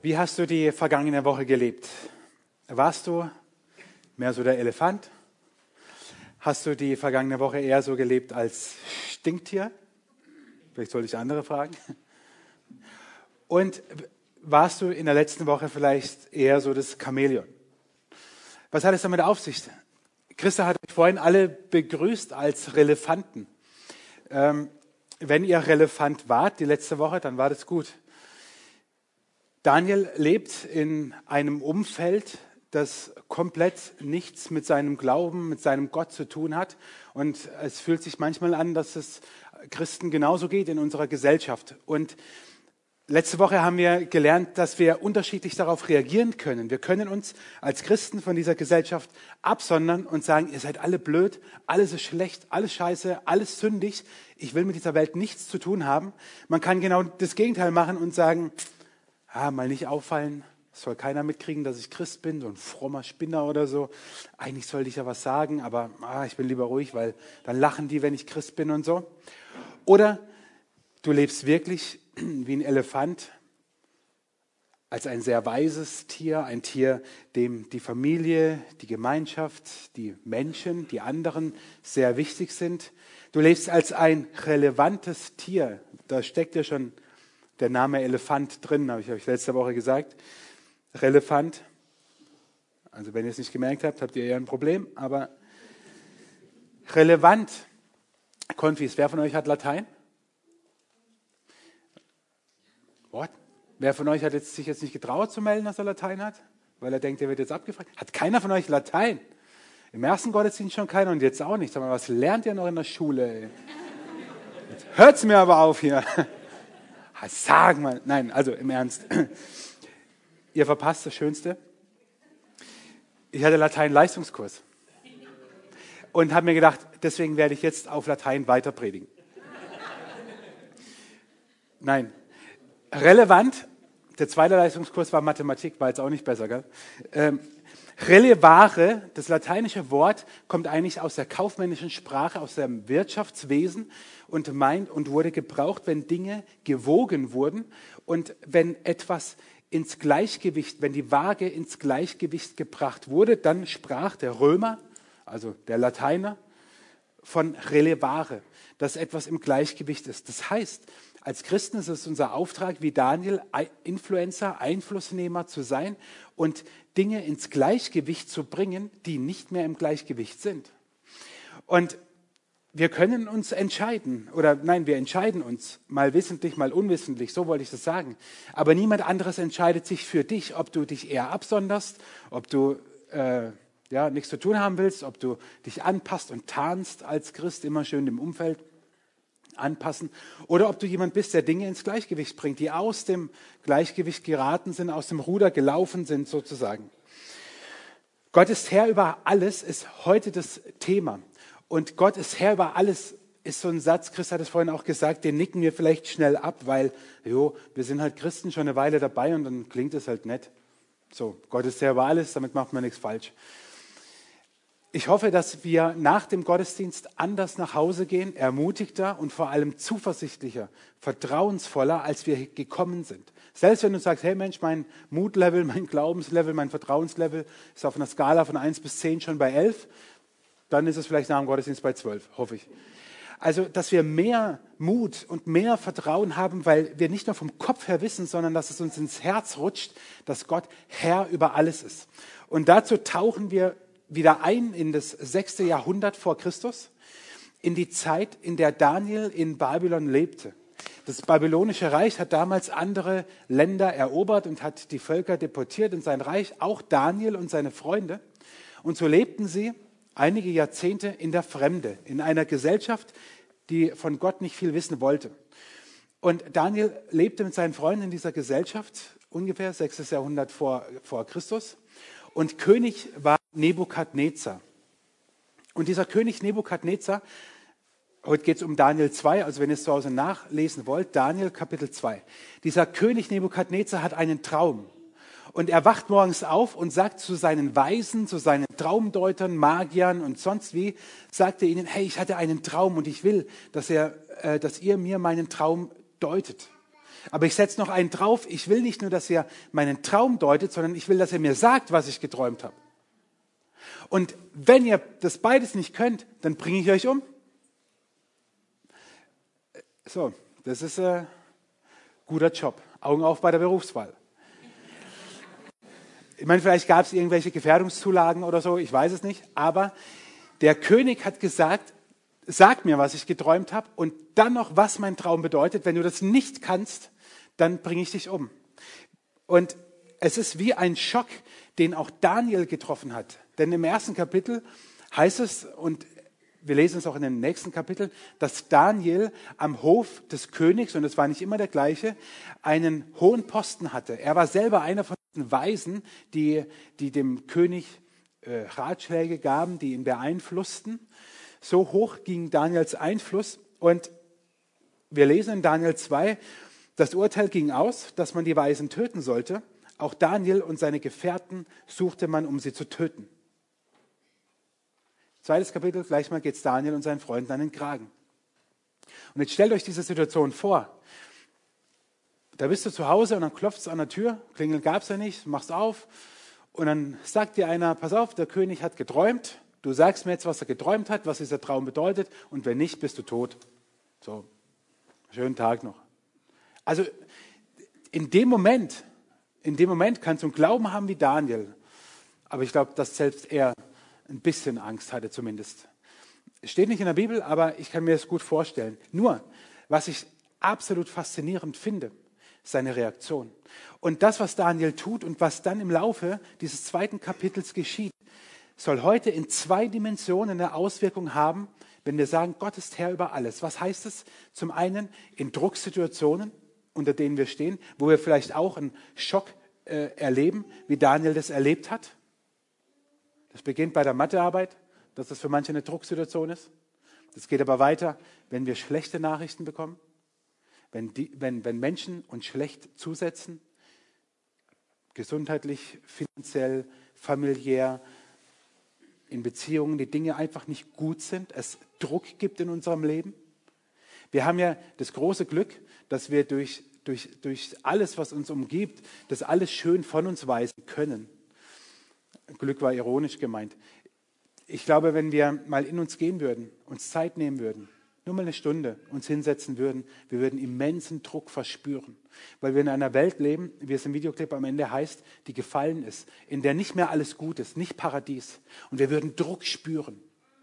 Wie hast du die vergangene Woche gelebt? Warst du mehr so der Elefant? Hast du die vergangene Woche eher so gelebt als Stinktier? Vielleicht sollte ich andere fragen. Und warst du in der letzten Woche vielleicht eher so das Chamäleon? Was hat es damit auf sich? Christa hat euch vorhin alle begrüßt als Relevanten. Wenn ihr relevant wart die letzte Woche, dann war das gut. Daniel lebt in einem Umfeld, das komplett nichts mit seinem Glauben, mit seinem Gott zu tun hat. Und es fühlt sich manchmal an, dass es Christen genauso geht in unserer Gesellschaft. Und letzte Woche haben wir gelernt, dass wir unterschiedlich darauf reagieren können. Wir können uns als Christen von dieser Gesellschaft absondern und sagen, ihr seid alle blöd, alles ist schlecht, alles scheiße, alles sündig. Ich will mit dieser Welt nichts zu tun haben. Man kann genau das Gegenteil machen und sagen, mal nicht auffallen, soll keiner mitkriegen, dass ich Christ bin, so ein frommer Spinner oder so. Eigentlich sollte ich ja was sagen, aber ich bin lieber ruhig, weil dann lachen die, wenn ich Christ bin und so. Oder du lebst wirklich wie ein Elefant, als ein sehr weises Tier, ein Tier, dem die Familie, die Gemeinschaft, die Menschen, die anderen sehr wichtig sind. Du lebst als ein relevantes Tier. Da steckt ja schon der Name Elefant drin, habe ich euch letzte Woche gesagt. Relevant. Also wenn ihr es nicht gemerkt habt, habt ihr eher ein Problem. Aber relevant. Konfis, wer von euch hat Latein? What? Wer von euch hat sich jetzt nicht getraut zu melden, dass er Latein hat? Weil er denkt, er wird jetzt abgefragt. Hat keiner von euch Latein? Im ersten Gottesdienst schon keiner und jetzt auch nicht. Sag mal, was lernt ihr noch in der Schule? Jetzt hört's mir aber auf hier. Sag mal. Nein, also im Ernst. Ihr verpasst das Schönste. Ich hatte Latein-Leistungskurs und habe mir gedacht, deswegen werde ich jetzt auf Latein weiter predigen. Nein. Relevant, der zweite Leistungskurs war Mathematik, war jetzt auch nicht besser, gell? Relevare, das lateinische Wort, kommt eigentlich aus der kaufmännischen Sprache, aus dem Wirtschaftswesen und wurde gebraucht, wenn Dinge gewogen wurden und wenn etwas ins Gleichgewicht, wenn die Waage ins Gleichgewicht gebracht wurde, dann sprach der Römer, also der Lateiner, von relevare, dass etwas im Gleichgewicht ist. Das heißt, als Christen ist es unser Auftrag, wie Daniel, Influencer, Einflussnehmer zu sein und Dinge ins Gleichgewicht zu bringen, die nicht mehr im Gleichgewicht sind. Und wir können uns entscheiden, wir entscheiden uns, mal wissentlich, mal unwissentlich, so wollte ich das sagen. Aber niemand anderes entscheidet sich für dich, ob du dich eher absonderst, ob du nichts zu tun haben willst, ob du dich anpasst und tarnst als Christ, immer schön dem Umfeld anpassen, oder ob du jemand bist, der Dinge ins Gleichgewicht bringt, die aus dem Gleichgewicht geraten sind, aus dem Ruder gelaufen sind sozusagen. Gott ist Herr über alles, ist heute das Thema. Und Gott ist Herr über alles, ist so ein Satz, Chris hat es vorhin auch gesagt, den nicken wir vielleicht schnell ab, weil, wir sind halt Christen schon eine Weile dabei und dann klingt es halt nett. So, Gott ist Herr über alles, damit macht man nichts falsch. Ich hoffe, dass wir nach dem Gottesdienst anders nach Hause gehen, ermutigter und vor allem zuversichtlicher, vertrauensvoller, als wir gekommen sind. Selbst wenn du sagst, hey Mensch, mein Mutlevel, mein Glaubenslevel, mein Vertrauenslevel ist auf einer Skala von 1 bis 10 schon bei 11, dann ist es vielleicht nach dem Gottesdienst bei 12, hoffe ich. Also, dass wir mehr Mut und mehr Vertrauen haben, weil wir nicht nur vom Kopf her wissen, sondern dass es uns ins Herz rutscht, dass Gott Herr über alles ist. Und dazu tauchen wir wieder ein in das 6. Jahrhundert vor Christus, in die Zeit, in der Daniel in Babylon lebte. Das babylonische Reich hat damals andere Länder erobert und hat die Völker deportiert in sein Reich, auch Daniel und seine Freunde. Und so lebten sie einige Jahrzehnte in der Fremde, in einer Gesellschaft, die von Gott nicht viel wissen wollte. Und Daniel lebte mit seinen Freunden in dieser Gesellschaft, ungefähr 6. Jahrhundert vor Christus. Und König war Nebukadnezar. Und dieser König Nebukadnezar, heute geht es um Daniel 2, also wenn ihr es zu Hause nachlesen wollt, Daniel Kapitel 2. Dieser König Nebukadnezar hat einen Traum. Und er wacht morgens auf und sagt zu seinen Weisen, zu seinen Traumdeutern, Magiern und sonst wie, sagt er ihnen, hey, ich hatte einen Traum und ich will, dass ihr mir meinen Traum deutet. Aber ich setze noch einen drauf. Ich will nicht nur, dass ihr meinen Traum deutet, sondern ich will, dass ihr mir sagt, was ich geträumt habe. Und wenn ihr das beides nicht könnt, dann bringe ich euch um. So, das ist ein guter Job. Augen auf bei der Berufswahl. Ich meine, vielleicht gab es irgendwelche Gefährdungszulagen oder so, ich weiß es nicht. Aber der König hat gesagt, sag mir, was ich geträumt habe und dann noch, was mein Traum bedeutet. Wenn du das nicht kannst, dann bringe ich dich um. Und es ist wie ein Schock, den auch Daniel getroffen hat. Denn im ersten Kapitel heißt es, und wir lesen es auch in den nächsten Kapiteln, dass Daniel am Hof des Königs, und es war nicht immer der gleiche, einen hohen Posten hatte. Er war selber einer von diesen Weisen, die dem König Ratschläge gaben, die ihn beeinflussten. So hoch ging Daniels Einfluss. Und wir lesen in Daniel 2, das Urteil ging aus, dass man die Weisen töten sollte. Auch Daniel und seine Gefährten suchte man, um sie zu töten. Zweites Kapitel, gleich mal geht es Daniel und seinen Freunden an den Kragen. Und jetzt stellt euch diese Situation vor. Da bist du zu Hause und dann klopft es an der Tür, Klingeln gab es ja nicht, machst auf und dann sagt dir einer, pass auf, der König hat geträumt, du sagst mir jetzt, was er geträumt hat, was dieser Traum bedeutet und wenn nicht, bist du tot. So, schönen Tag noch. Also in dem Moment kannst du einen Glauben haben wie Daniel, aber ich glaube, dass selbst er ein bisschen Angst hatte zumindest. Es steht nicht in der Bibel, aber ich kann mir das gut vorstellen. Nur, was ich absolut faszinierend finde, ist seine Reaktion. Und das, was Daniel tut und was dann im Laufe dieses zweiten Kapitels geschieht, soll heute in 2 Dimensionen eine Auswirkung haben, wenn wir sagen, Gott ist Herr über alles. Was heißt es? Zum einen in Drucksituationen, unter denen wir stehen, wo wir vielleicht auch einen Schock erleben, wie Daniel das erlebt hat. Das beginnt bei der Mathearbeit, dass das für manche eine Drucksituation ist. Das geht aber weiter, wenn wir schlechte Nachrichten bekommen, wenn Menschen uns schlecht zusetzen, gesundheitlich, finanziell, familiär, in Beziehungen, die Dinge einfach nicht gut sind, es Druck gibt in unserem Leben. Wir haben ja das große Glück, dass wir durch alles, was uns umgibt, das alles schön von uns weisen können. Glück war ironisch gemeint. Ich glaube, wenn wir mal in uns gehen würden, uns Zeit nehmen würden, nur mal eine Stunde uns hinsetzen würden, wir würden immensen Druck verspüren. Weil wir in einer Welt leben, wie es im Videoclip am Ende heißt, die gefallen ist, in der nicht mehr alles gut ist, nicht Paradies. Und wir würden Druck spüren.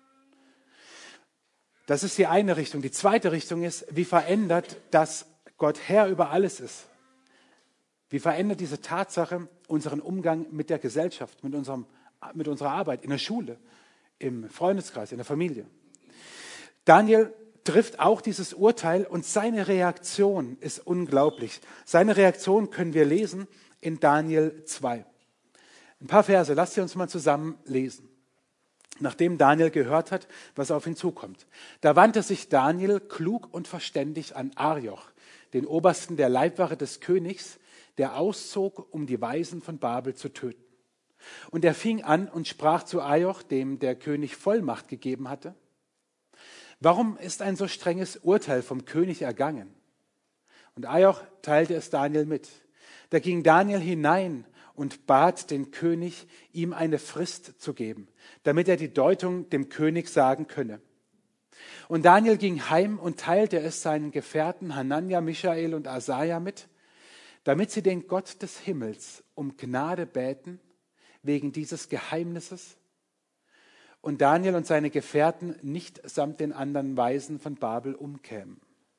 Das ist die eine Richtung. Die zweite Richtung ist, wie verändert, dass Gott Herr über alles ist. Wie verändert diese Tatsache unseren Umgang mit der Gesellschaft, mit unserer Arbeit, in der Schule, im Freundeskreis, in der Familie? Daniel trifft auch dieses Urteil und seine Reaktion ist unglaublich. Seine Reaktion können wir lesen in Daniel 2. Ein paar Verse, lasst ihr uns mal zusammen lesen. Nachdem Daniel gehört hat, was auf ihn zukommt. Da wandte sich Daniel klug und verständig an Arioch, den Obersten der Leibwache des Königs, der auszog, um die Weisen von Babel zu töten. Und er fing an und sprach zu Arioch, dem der König Vollmacht gegeben hatte: Warum ist ein so strenges Urteil vom König ergangen? Und Arioch teilte es Daniel mit. Da ging Daniel hinein und bat den König, ihm eine Frist zu geben, damit er die Deutung dem König sagen könne. Und Daniel ging heim und teilte es seinen Gefährten Hanania, Michael und Asaja mit, damit sie den Gott des Himmels um Gnade bäten wegen dieses Geheimnisses und Daniel und seine Gefährten nicht samt den anderen Weisen von Babel umkämen.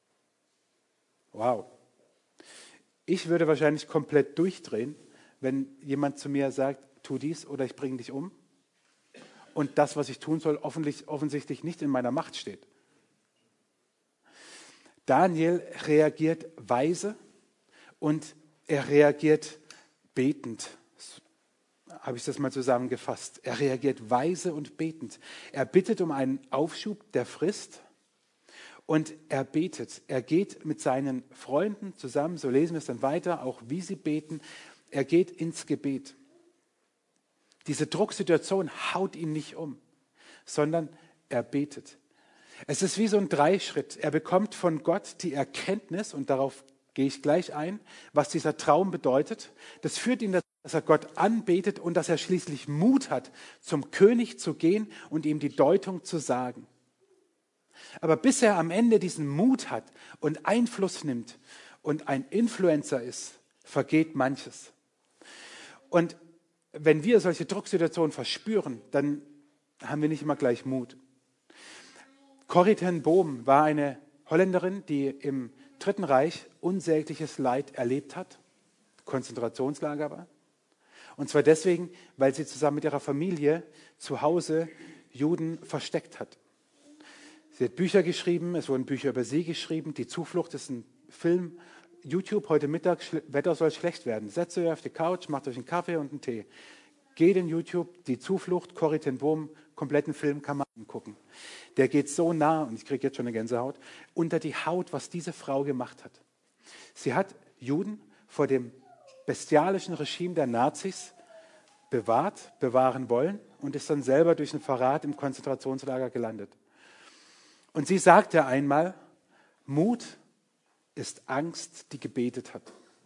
Wow. Ich würde wahrscheinlich komplett durchdrehen, wenn jemand zu mir sagt, tu dies oder ich bringe dich um und das, was ich tun soll, offensichtlich nicht in meiner Macht steht. Daniel reagiert weise und er reagiert betend. Habe ich das mal zusammengefasst. Er reagiert weise und betend. Er bittet um einen Aufschub der Frist und er betet. Er geht mit seinen Freunden zusammen, so lesen wir es dann weiter, auch wie sie beten. Er geht ins Gebet. Diese Drucksituation haut ihn nicht um, sondern er betet. Es ist wie so ein Dreischritt. Er bekommt von Gott die Erkenntnis und darauf gehe ich gleich ein, was dieser Traum bedeutet. Das führt ihn dazu, dass er Gott anbetet und dass er schließlich Mut hat, zum König zu gehen und ihm die Deutung zu sagen. Aber bis er am Ende diesen Mut hat und Einfluss nimmt und ein Influencer ist, vergeht manches. Und wenn wir solche Drucksituationen verspüren, dann haben wir nicht immer gleich Mut. Corrie ten Boom war eine Holländerin, die im Dritten Reich unsägliches Leid erlebt hat, Konzentrationslager war. Und zwar deswegen, weil sie zusammen mit ihrer Familie zu Hause Juden versteckt hat. Sie hat Bücher geschrieben, es wurden Bücher über sie geschrieben. Die Zuflucht ist ein Film. YouTube, heute Mittag, Wetter soll schlecht werden. Setzt euch auf die Couch, macht euch einen Kaffee und einen Tee. Geht in YouTube, die Zuflucht, Corrie ten Boom, kompletten Film kann man angucken. Der geht so nah, und ich kriege jetzt schon eine Gänsehaut, unter die Haut, was diese Frau gemacht hat. Sie hat Juden vor dem bestialischen Regime der Nazis bewahren wollen und ist dann selber durch einen Verrat im Konzentrationslager gelandet. Und sie sagte einmal, Mut ist Angst, die gebetet hat.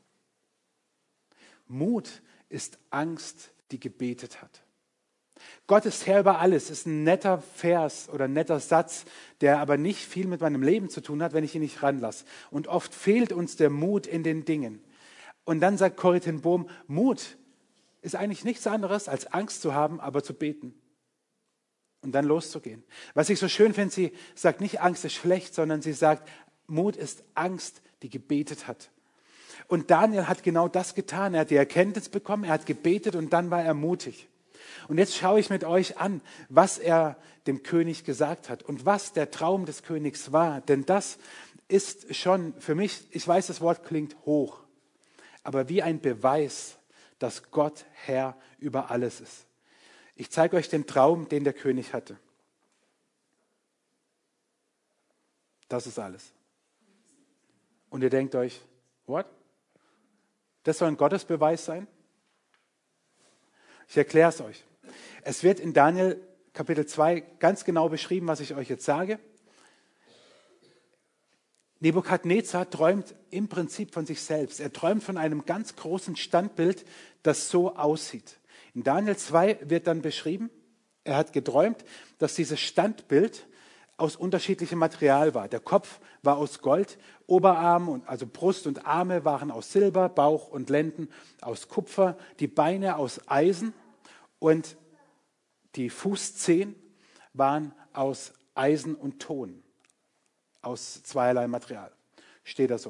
Mut ist Angst, die gebetet hat. Gott ist Herr über alles, ist ein netter Vers oder ein netter Satz, der aber nicht viel mit meinem Leben zu tun hat, wenn ich ihn nicht ranlasse. Und oft fehlt uns der Mut in den Dingen. Und dann sagt Corrie ten Boom, Mut ist eigentlich nichts anderes, als Angst zu haben, aber zu beten. Und dann loszugehen. Was ich so schön finde, sie sagt nicht, Angst ist schlecht, sondern sie sagt, Mut ist Angst, die gebetet hat. Und Daniel hat genau das getan. Er hat die Erkenntnis bekommen, er hat gebetet und dann war er mutig. Und jetzt schaue ich mit euch an, was er dem König gesagt hat und was der Traum des Königs war. Denn das ist schon für mich, ich weiß, das Wort klingt hoch, aber wie ein Beweis, dass Gott Herr über alles ist. Ich zeige euch den Traum, den der König hatte. Das ist alles. Und ihr denkt euch, what? Das soll ein Gottesbeweis sein? Ich erkläre es euch. Es wird in Daniel Kapitel 2 ganz genau beschrieben, was ich euch jetzt sage. Nebukadnezar träumt im Prinzip von sich selbst. Er träumt von einem ganz großen Standbild, das so aussieht. In Daniel 2 wird dann beschrieben, er hat geträumt, dass dieses Standbild aus unterschiedlichem Material war. Der Kopf war aus Gold, Oberarm, also Brust und Arme waren aus Silber, Bauch und Lenden aus Kupfer, die Beine aus Eisen und die Fußzehen waren aus Eisen und Ton, aus zweierlei Material. Steht da so.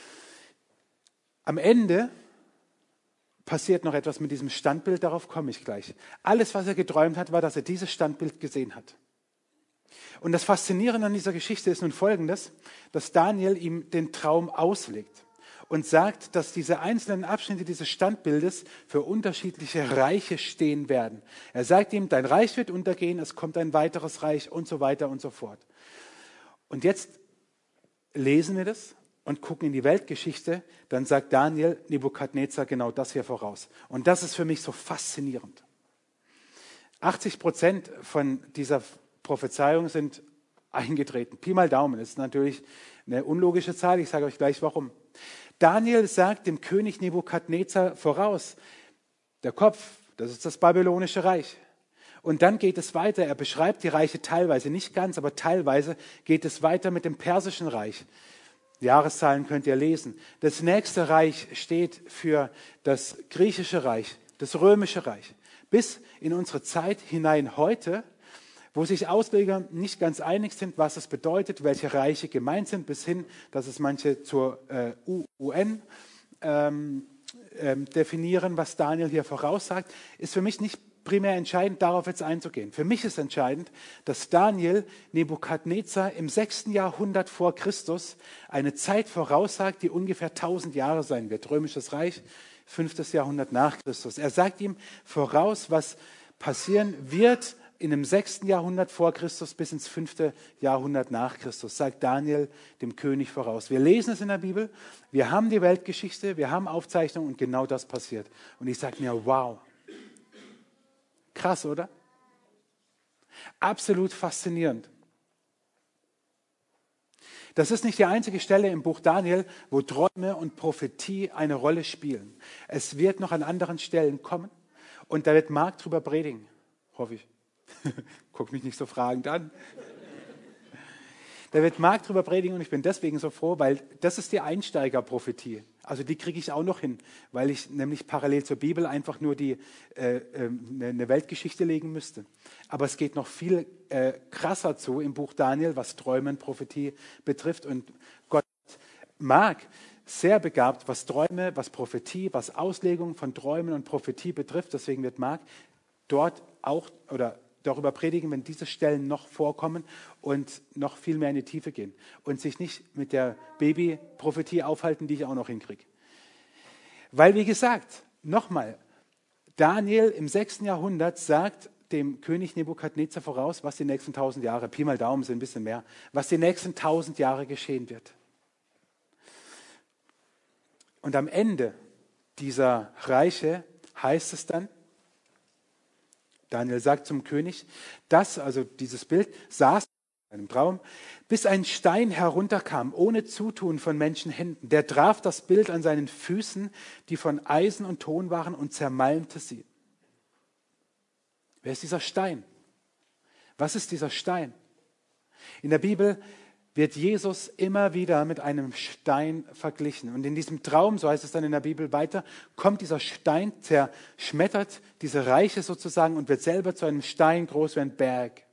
Am Ende passiert noch etwas mit diesem Standbild, darauf komme ich gleich. Alles, was er geträumt hat, war, dass er dieses Standbild gesehen hat. Und das Faszinierende an dieser Geschichte ist nun Folgendes, dass Daniel ihm den Traum auslegt und sagt, dass diese einzelnen Abschnitte dieses Standbildes für unterschiedliche Reiche stehen werden. Er sagt ihm, dein Reich wird untergehen, es kommt ein weiteres Reich und so weiter und so fort. Und jetzt lesen wir das und gucken in die Weltgeschichte, dann sagt Daniel Nebukadnezar genau das hier voraus. Und das ist für mich so faszinierend. 80% von dieser Prophezeiung sind eingetreten. Pi mal Daumen, das ist natürlich eine unlogische Zahl, ich sage euch gleich warum. Daniel sagt dem König Nebukadnezar voraus, der Kopf, das ist das babylonische Reich. Und dann geht es weiter, er beschreibt die Reiche teilweise, nicht ganz, aber teilweise geht es weiter mit dem persischen Reich. Die Jahreszahlen könnt ihr lesen. Das nächste Reich steht für das griechische Reich, das römische Reich. Bis in unsere Zeit hinein heute, wo sich Ausleger nicht ganz einig sind, was es bedeutet, welche Reiche gemeint sind, bis hin, dass es manche zur UN definieren, was Daniel hier voraussagt, ist für mich nicht primär entscheidend, darauf jetzt einzugehen. Für mich ist entscheidend, dass Daniel Nebukadnezar im 6. Jahrhundert vor Christus eine Zeit voraussagt, die ungefähr 1000 Jahre sein wird. Römisches Reich, 5. Jahrhundert nach Christus. Er sagt ihm voraus, was passieren wird in dem 6. Jahrhundert vor Christus bis ins 5. Jahrhundert nach Christus, sagt Daniel dem König voraus. Wir lesen es in der Bibel, wir haben die Weltgeschichte, wir haben Aufzeichnungen und genau das passiert. Und ich sage mir, wow, krass, oder? Absolut faszinierend. Das ist nicht die einzige Stelle im Buch Daniel, wo Träume und Prophetie eine Rolle spielen. Es wird noch an anderen Stellen kommen und da wird Marc drüber predigen, hoffe ich. Guck mich nicht so fragend an. Da wird Marc drüber predigen und ich bin deswegen so froh, weil das ist die Einsteigerprophetie. Also die kriege ich auch noch hin, weil ich nämlich parallel zur Bibel einfach nur eine Weltgeschichte legen müsste. Aber es geht noch viel krasser zu im Buch Daniel, was Träume und Prophetie betrifft. Und Gott mag sehr begabt, was Träume, was Prophetie, was Auslegung von Träumen und Prophetie betrifft. Deswegen wird Marc dort auch oder darüber predigen, wenn diese Stellen noch vorkommen und noch viel mehr in die Tiefe gehen und sich nicht mit der Baby-Prophetie aufhalten, die ich auch noch hinkriege. Weil, wie gesagt, nochmal, Daniel im 6. Jahrhundert sagt dem König Nebukadnezar voraus, was die nächsten 1000 Jahre, Pi mal Daumen sind ein bisschen mehr, was die nächsten 1000 Jahre geschehen wird. Und am Ende dieser Reiche heißt es dann, Daniel sagt zum König, also dieses Bild, saß in einem Traum, bis ein Stein herunterkam, ohne Zutun von Menschenhänden. Der traf das Bild an seinen Füßen, die von Eisen und Ton waren, und zermalmte sie. Wer ist dieser Stein? Was ist dieser Stein? In der Bibel wird Jesus immer wieder mit einem Stein verglichen. Und in diesem Traum, so heißt es dann in der Bibel weiter, kommt dieser Stein, zerschmettert diese Reiche sozusagen und wird selber zu einem Stein groß wie ein Berg.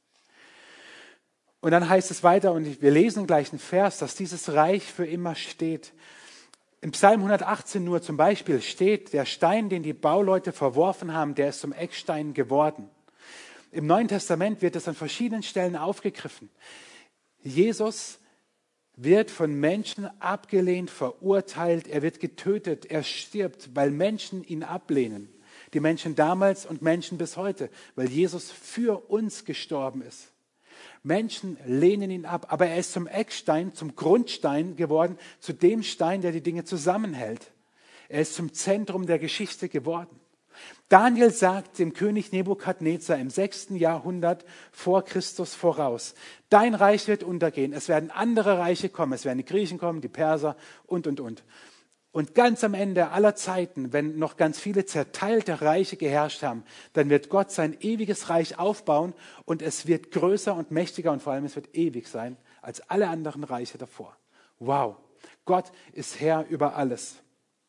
Und dann heißt es weiter, und wir lesen gleich einen Vers, dass dieses Reich für immer steht. Im Psalm 118 nur zum Beispiel steht, der Stein, den die Bauleute verworfen haben, der ist zum Eckstein geworden. Im Neuen Testament wird es an verschiedenen Stellen aufgegriffen. Jesus wird von Menschen abgelehnt, verurteilt, er wird getötet, er stirbt, weil Menschen ihn ablehnen. Die Menschen damals und Menschen bis heute, weil Jesus für uns gestorben ist. Menschen lehnen ihn ab, aber er ist zum Eckstein, zum Grundstein geworden, zu dem Stein, der die Dinge zusammenhält. Er ist zum Zentrum der Geschichte geworden. Daniel sagt dem König Nebukadnezar im 6. Jahrhundert vor Christus voraus, dein Reich wird untergehen, es werden andere Reiche kommen, es werden die Griechen kommen, die Perser und. Und ganz am Ende aller Zeiten, wenn noch ganz viele zerteilte Reiche geherrscht haben, dann wird Gott sein ewiges Reich aufbauen und es wird größer und mächtiger und vor allem es wird ewig sein als alle anderen Reiche davor. Wow, Gott ist Herr über alles.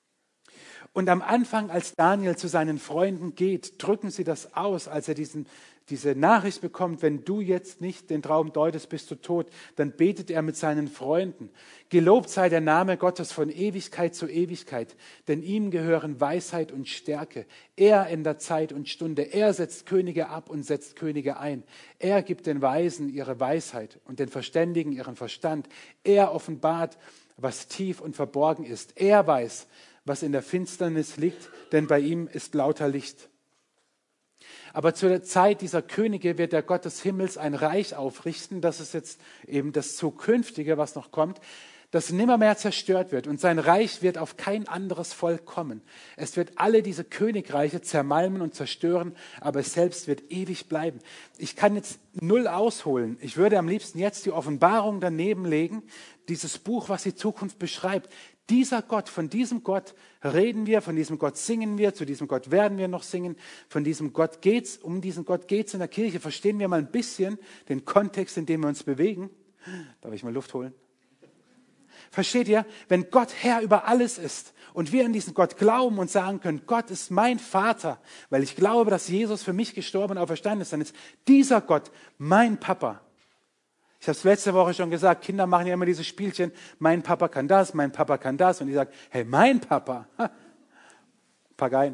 Und am Anfang, als Daniel zu seinen Freunden geht, drücken sie das aus, als er diese Nachricht bekommt, wenn du jetzt nicht den Traum deutest, bist du tot, dann betet er mit seinen Freunden. Gelobt sei der Name Gottes von Ewigkeit zu Ewigkeit, denn ihm gehören Weisheit und Stärke. Er ändert Zeit und Stunde, er setzt Könige ab und setzt Könige ein. Er gibt den Weisen ihre Weisheit und den Verständigen ihren Verstand. Er offenbart, was tief und verborgen ist. Er weiß, was in der Finsternis liegt, denn bei ihm ist lauter Licht. Aber zu der Zeit dieser Könige wird der Gott des Himmels ein Reich aufrichten, das ist jetzt eben das Zukünftige, was noch kommt, das nimmermehr zerstört wird. Und sein Reich wird auf kein anderes Volk kommen. Es wird alle diese Königreiche zermalmen und zerstören, aber es selbst wird ewig bleiben. Ich kann jetzt null ausholen. Ich würde am liebsten jetzt die Offenbarung daneben legen, dieses Buch, was die Zukunft beschreibt. Dieser Gott, von diesem Gott reden wir, von diesem Gott singen wir, zu diesem Gott werden wir noch singen, von diesem Gott geht's, um diesen Gott geht's in der Kirche. Verstehen wir mal ein bisschen den Kontext, in dem wir uns bewegen. Darf ich mal Luft holen? Versteht ihr? Wenn Gott Herr über alles ist und wir an diesen Gott glauben und sagen können, Gott ist mein Vater, weil ich glaube, dass Jesus für mich gestorben und auferstanden ist, dann ist dieser Gott mein Papa. Ich habe es letzte Woche schon gesagt, Kinder machen ja immer diese Spielchen, mein Papa kann das, mein Papa kann das. Und ich sage, hey, mein Papa, Pageien.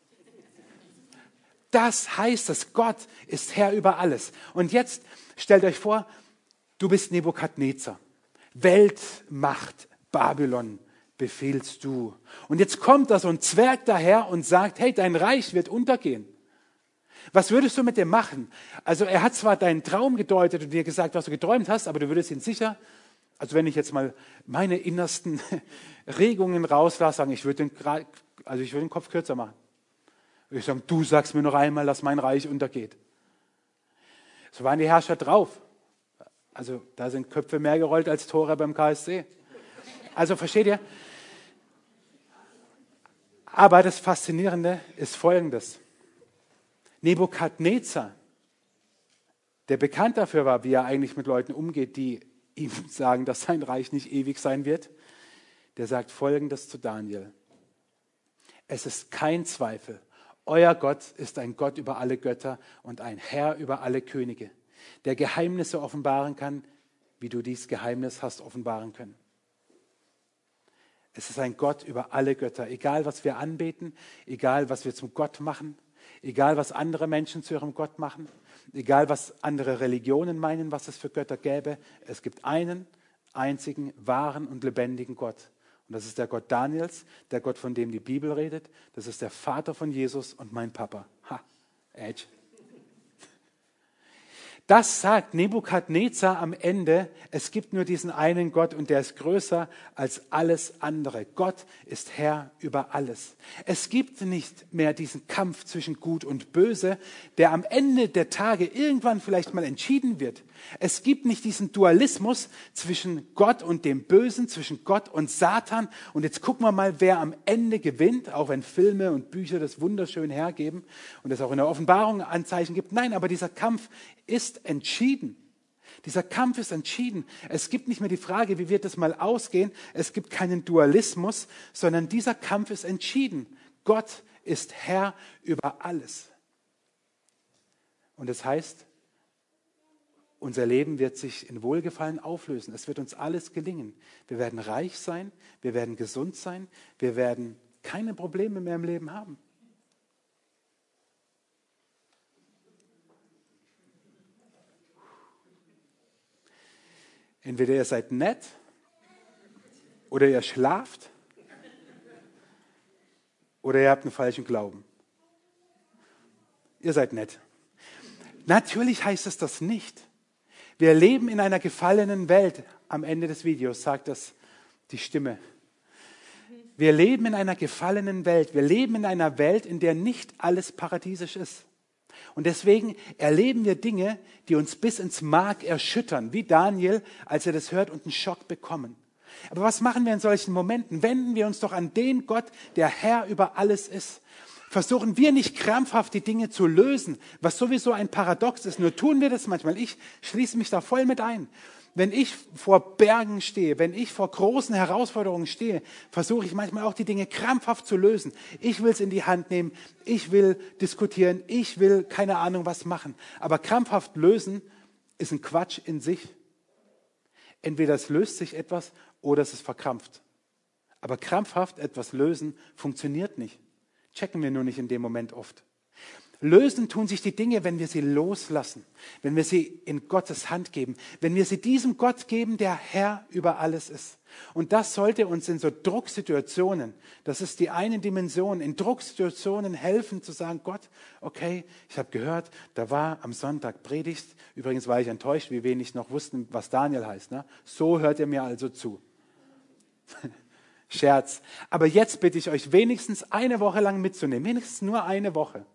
Das heißt es, Gott ist Herr über alles. Und jetzt stellt euch vor, du bist Nebukadnezar. Weltmacht Babylon befehlst du. Und jetzt kommt da so ein Zwerg daher und sagt, hey, dein Reich wird untergehen. Was würdest du mit dem machen? Also er hat zwar deinen Traum gedeutet und dir gesagt, was du geträumt hast, aber du würdest ihn sicher, also wenn ich jetzt mal meine innersten Regungen rauslasse, sagen, ich würde den Kopf kürzer machen. Ich sage, du sagst mir noch einmal, dass mein Reich untergeht. So waren die Herrscher drauf. Also da sind Köpfe mehr gerollt als Tore beim KSC. Also versteht ihr? Aber das Faszinierende ist Folgendes. Nebukadnezar, der bekannt dafür war, wie er eigentlich mit Leuten umgeht, die ihm sagen, dass sein Reich nicht ewig sein wird, der sagt Folgendes zu Daniel. Es ist kein Zweifel, euer Gott ist ein Gott über alle Götter und ein Herr über alle Könige, der Geheimnisse offenbaren kann, wie du dies Geheimnis hast offenbaren können. Es ist ein Gott über alle Götter, egal was wir anbeten, egal was wir zum Gott machen, egal was andere Menschen zu ihrem Gott machen, egal was andere Religionen meinen, was es für Götter gäbe. Es gibt einen einzigen, wahren und lebendigen Gott. Und das ist der Gott Daniels, der Gott, von dem die Bibel redet. Das ist der Vater von Jesus und mein Papa. Ha, Edge. Das sagt Nebukadnezar am Ende, es gibt nur diesen einen Gott und der ist größer als alles andere. Gott ist Herr über alles. Es gibt nicht mehr diesen Kampf zwischen Gut und Böse, der am Ende der Tage irgendwann vielleicht mal entschieden wird. Es gibt nicht diesen Dualismus zwischen Gott und dem Bösen, zwischen Gott und Satan. Und jetzt gucken wir mal, wer am Ende gewinnt, auch wenn Filme und Bücher das wunderschön hergeben und es auch in der Offenbarung Anzeichen gibt. Nein, aber dieser Kampf ist entschieden. Dieser Kampf ist entschieden. Es gibt nicht mehr die Frage, wie wird es mal ausgehen. Es gibt keinen Dualismus, sondern dieser Kampf ist entschieden. Gott ist Herr über alles. Und das heißt, unser Leben wird sich in Wohlgefallen auflösen. Es wird uns alles gelingen. Wir werden reich sein, wir werden gesund sein, wir werden keine Probleme mehr im Leben haben. Entweder ihr seid nett oder ihr schlaft oder ihr habt einen falschen Glauben. Ihr seid nett. Natürlich heißt es das nicht. Wir leben in einer gefallenen Welt. Am Ende des Videos sagt das die Stimme. Wir leben in einer gefallenen Welt. Wir leben in einer Welt, in der nicht alles paradiesisch ist. Und deswegen erleben wir Dinge, die uns bis ins Mark erschüttern, wie Daniel, als er das hört und einen Schock bekommen. Aber was machen wir in solchen Momenten? Wenden wir uns doch an den Gott, der Herr über alles ist. Versuchen wir nicht krampfhaft die Dinge zu lösen, was sowieso ein Paradox ist. Nur tun wir das manchmal. Ich schließe mich da voll mit ein. Wenn ich vor Bergen stehe, wenn ich vor großen Herausforderungen stehe, versuche ich manchmal auch die Dinge krampfhaft zu lösen. Ich will es in die Hand nehmen, ich will diskutieren, ich will keine Ahnung was machen. Aber krampfhaft lösen ist ein Quatsch in sich. Entweder es löst sich etwas oder es ist verkrampft. Aber krampfhaft etwas lösen funktioniert nicht. Checken wir nur nicht in dem Moment oft. Lösen tun sich die Dinge, wenn wir sie loslassen, wenn wir sie in Gottes Hand geben, wenn wir sie diesem Gott geben, der Herr über alles ist. Und das sollte uns in so Drucksituationen, das ist die eine Dimension, in Drucksituationen helfen zu sagen, Gott, okay, ich habe gehört, da war am Sonntag Predigt, übrigens war ich enttäuscht, wie wenig noch wussten, was Daniel heißt. Ne? So hört ihr mir also zu. Scherz. Aber jetzt bitte ich euch, wenigstens eine Woche lang mitzunehmen, wenigstens nur eine Woche,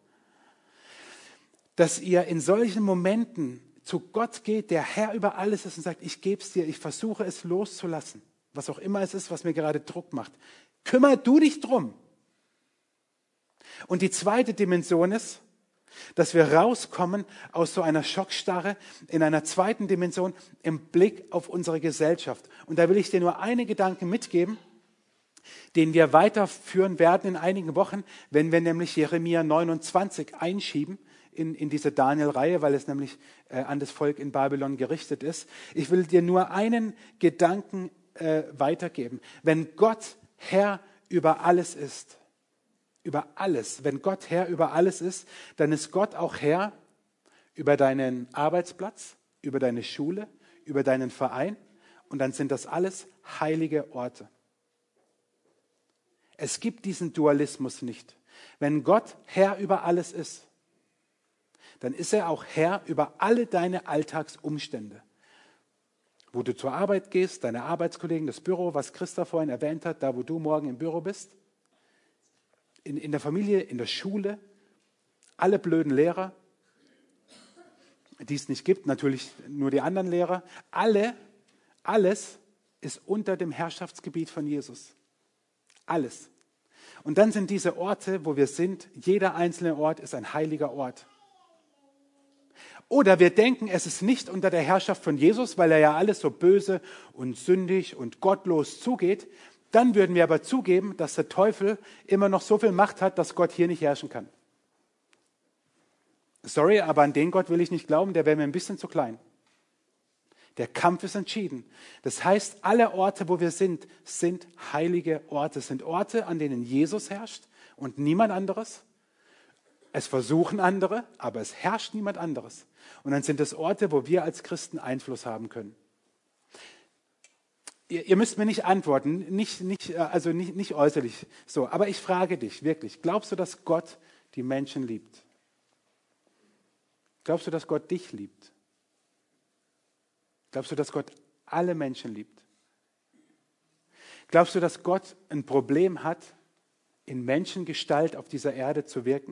dass ihr in solchen Momenten zu Gott geht, der Herr über alles ist und sagt, ich gebe es dir, ich versuche es loszulassen, was auch immer es ist, was mir gerade Druck macht. Kümmer du dich drum. Und die zweite Dimension ist, dass wir rauskommen aus so einer Schockstarre in einer zweiten Dimension im Blick auf unsere Gesellschaft. Und da will ich dir nur einen Gedanken mitgeben, den wir weiterführen werden in einigen Wochen, wenn wir nämlich Jeremia 29 einschieben in diese Daniel-Reihe, weil es nämlich an das Volk in Babylon gerichtet ist. Ich will dir nur einen Gedanken weitergeben. Wenn Gott Herr über alles ist, über alles, wenn Gott Herr über alles ist, dann ist Gott auch Herr über deinen Arbeitsplatz, über deine Schule, über deinen Verein und dann sind das alles heilige Orte. Es gibt diesen Dualismus nicht. Wenn Gott Herr über alles ist, dann ist er auch Herr über alle deine Alltagsumstände. Wo du zur Arbeit gehst, deine Arbeitskollegen, das Büro, was Christa vorhin erwähnt hat, da wo du morgen im Büro bist, in der Familie, in der Schule, alle blöden Lehrer, die es nicht gibt, natürlich nur die anderen Lehrer. Alles ist unter dem Herrschaftsgebiet von Jesus. Alles. Und dann sind diese Orte, wo wir sind, jeder einzelne Ort ist ein heiliger Ort. Oder wir denken, es ist nicht unter der Herrschaft von Jesus, weil er ja alles so böse und sündig und gottlos zugeht. Dann würden wir aber zugeben, dass der Teufel immer noch so viel Macht hat, dass Gott hier nicht herrschen kann. Sorry, aber an den Gott will ich nicht glauben, der wäre mir ein bisschen zu klein. Der Kampf ist entschieden. Das heißt, alle Orte, wo wir sind heilige Orte, sind Orte, an denen Jesus herrscht und niemand anderes. Es versuchen andere, aber es herrscht niemand anderes. Und dann sind es Orte, wo wir als Christen Einfluss haben können. Ihr müsst mir nicht antworten, nicht äußerlich so, aber ich frage dich wirklich, glaubst du, dass Gott die Menschen liebt? Glaubst du, dass Gott dich liebt? Glaubst du, dass Gott alle Menschen liebt? Glaubst du, dass Gott ein Problem hat, in Menschengestalt auf dieser Erde zu wirken?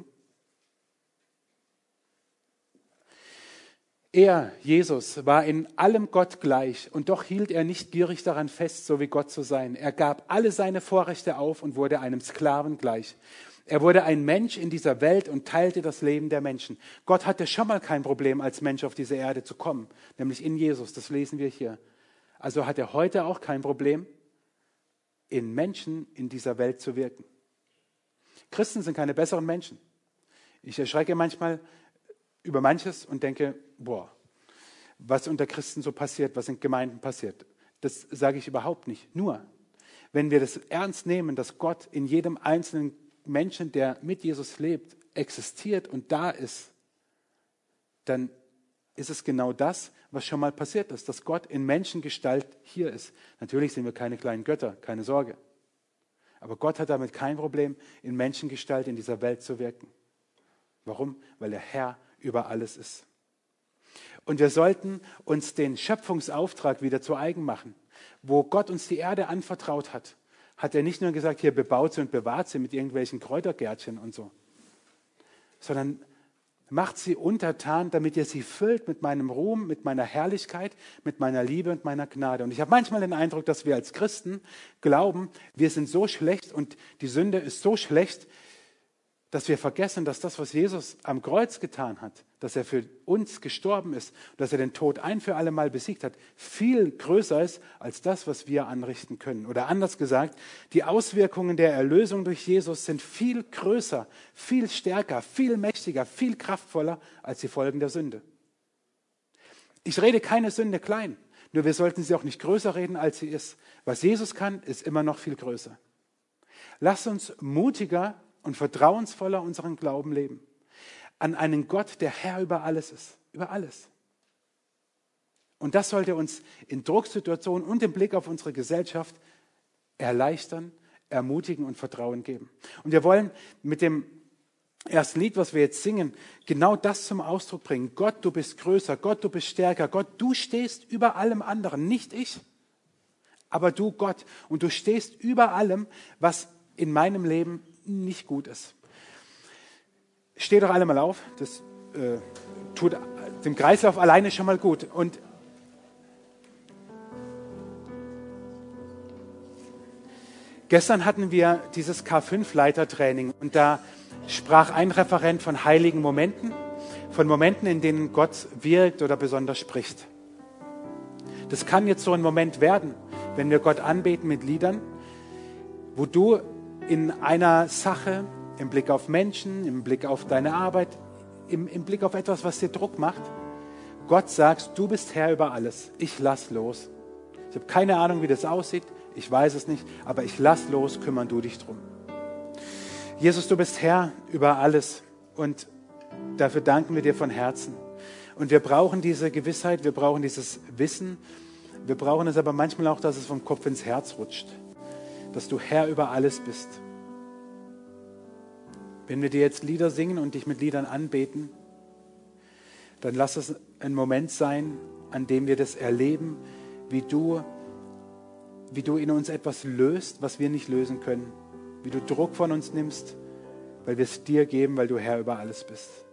Er, Jesus, war in allem Gott gleich und doch hielt er nicht gierig daran fest, so wie Gott zu sein. Er gab alle seine Vorrechte auf und wurde einem Sklaven gleich. Er wurde ein Mensch in dieser Welt und teilte das Leben der Menschen. Gott hatte schon mal kein Problem, als Mensch auf diese Erde zu kommen, nämlich in Jesus, das lesen wir hier. Also hat er heute auch kein Problem, in Menschen in dieser Welt zu wirken. Christen sind keine besseren Menschen. Ich erschrecke manchmal über manches und denke, boah, was unter Christen so passiert, was in Gemeinden passiert. Das sage ich überhaupt nicht. Nur, wenn wir das ernst nehmen, dass Gott in jedem einzelnen Menschen, der mit Jesus lebt, existiert und da ist, dann ist es genau das, was schon mal passiert ist, dass Gott in Menschengestalt hier ist. Natürlich sind wir keine kleinen Götter, keine Sorge. Aber Gott hat damit kein Problem, in Menschengestalt in dieser Welt zu wirken. Warum? Weil er Herr über alles ist. Und wir sollten uns den Schöpfungsauftrag wieder zu eigen machen. Wo Gott uns die Erde anvertraut hat, hat er nicht nur gesagt, hier bebaut sie und bewahrt sie mit irgendwelchen Kräutergärtchen und so, sondern macht sie untertan, damit ihr sie füllt mit meinem Ruhm, mit meiner Herrlichkeit, mit meiner Liebe und meiner Gnade. Und ich habe manchmal den Eindruck, dass wir als Christen glauben, wir sind so schlecht und die Sünde ist so schlecht, dass wir vergessen, dass das, was Jesus am Kreuz getan hat, dass er für uns gestorben ist, dass er den Tod ein für alle Mal besiegt hat, viel größer ist als das, was wir anrichten können. Oder anders gesagt, die Auswirkungen der Erlösung durch Jesus sind viel größer, viel stärker, viel mächtiger, viel kraftvoller als die Folgen der Sünde. Ich rede keine Sünde klein, nur wir sollten sie auch nicht größer reden, als sie ist. Was Jesus kann, ist immer noch viel größer. Lasst uns mutiger und vertrauensvoller unseren Glauben leben. An einen Gott, der Herr über alles ist. Über alles. Und das sollte uns in Drucksituationen und im Blick auf unsere Gesellschaft erleichtern, ermutigen und Vertrauen geben. Und wir wollen mit dem ersten Lied, was wir jetzt singen, genau das zum Ausdruck bringen. Gott, du bist größer. Gott, du bist stärker. Gott, du stehst über allem anderen. Nicht ich, aber du, Gott. Und du stehst über allem, was in meinem Leben nicht gut ist. Steht doch alle mal auf. Das tut dem Kreislauf alleine schon mal gut. Und gestern hatten wir dieses K5-Leitertraining und da sprach ein Referent von heiligen Momenten, von Momenten, in denen Gott wirkt oder besonders spricht. Das kann jetzt so ein Moment werden, wenn wir Gott anbeten mit Liedern, wo du in einer Sache, im Blick auf Menschen, im Blick auf deine Arbeit, im Blick auf etwas, was dir Druck macht, Gott sagst, du bist Herr über alles, ich lass los. Ich habe keine Ahnung, wie das aussieht, ich weiß es nicht, aber ich lass los, kümmern du dich drum. Jesus, du bist Herr über alles und dafür danken wir dir von Herzen. Und wir brauchen diese Gewissheit, wir brauchen dieses Wissen, wir brauchen es aber manchmal auch, dass es vom Kopf ins Herz rutscht. Dass du Herr über alles bist. Wenn wir dir jetzt Lieder singen und dich mit Liedern anbeten, dann lass es ein Moment sein, an dem wir das erleben, wie du in uns etwas löst, was wir nicht lösen können. Wie du Druck von uns nimmst, weil wir es dir geben, weil du Herr über alles bist.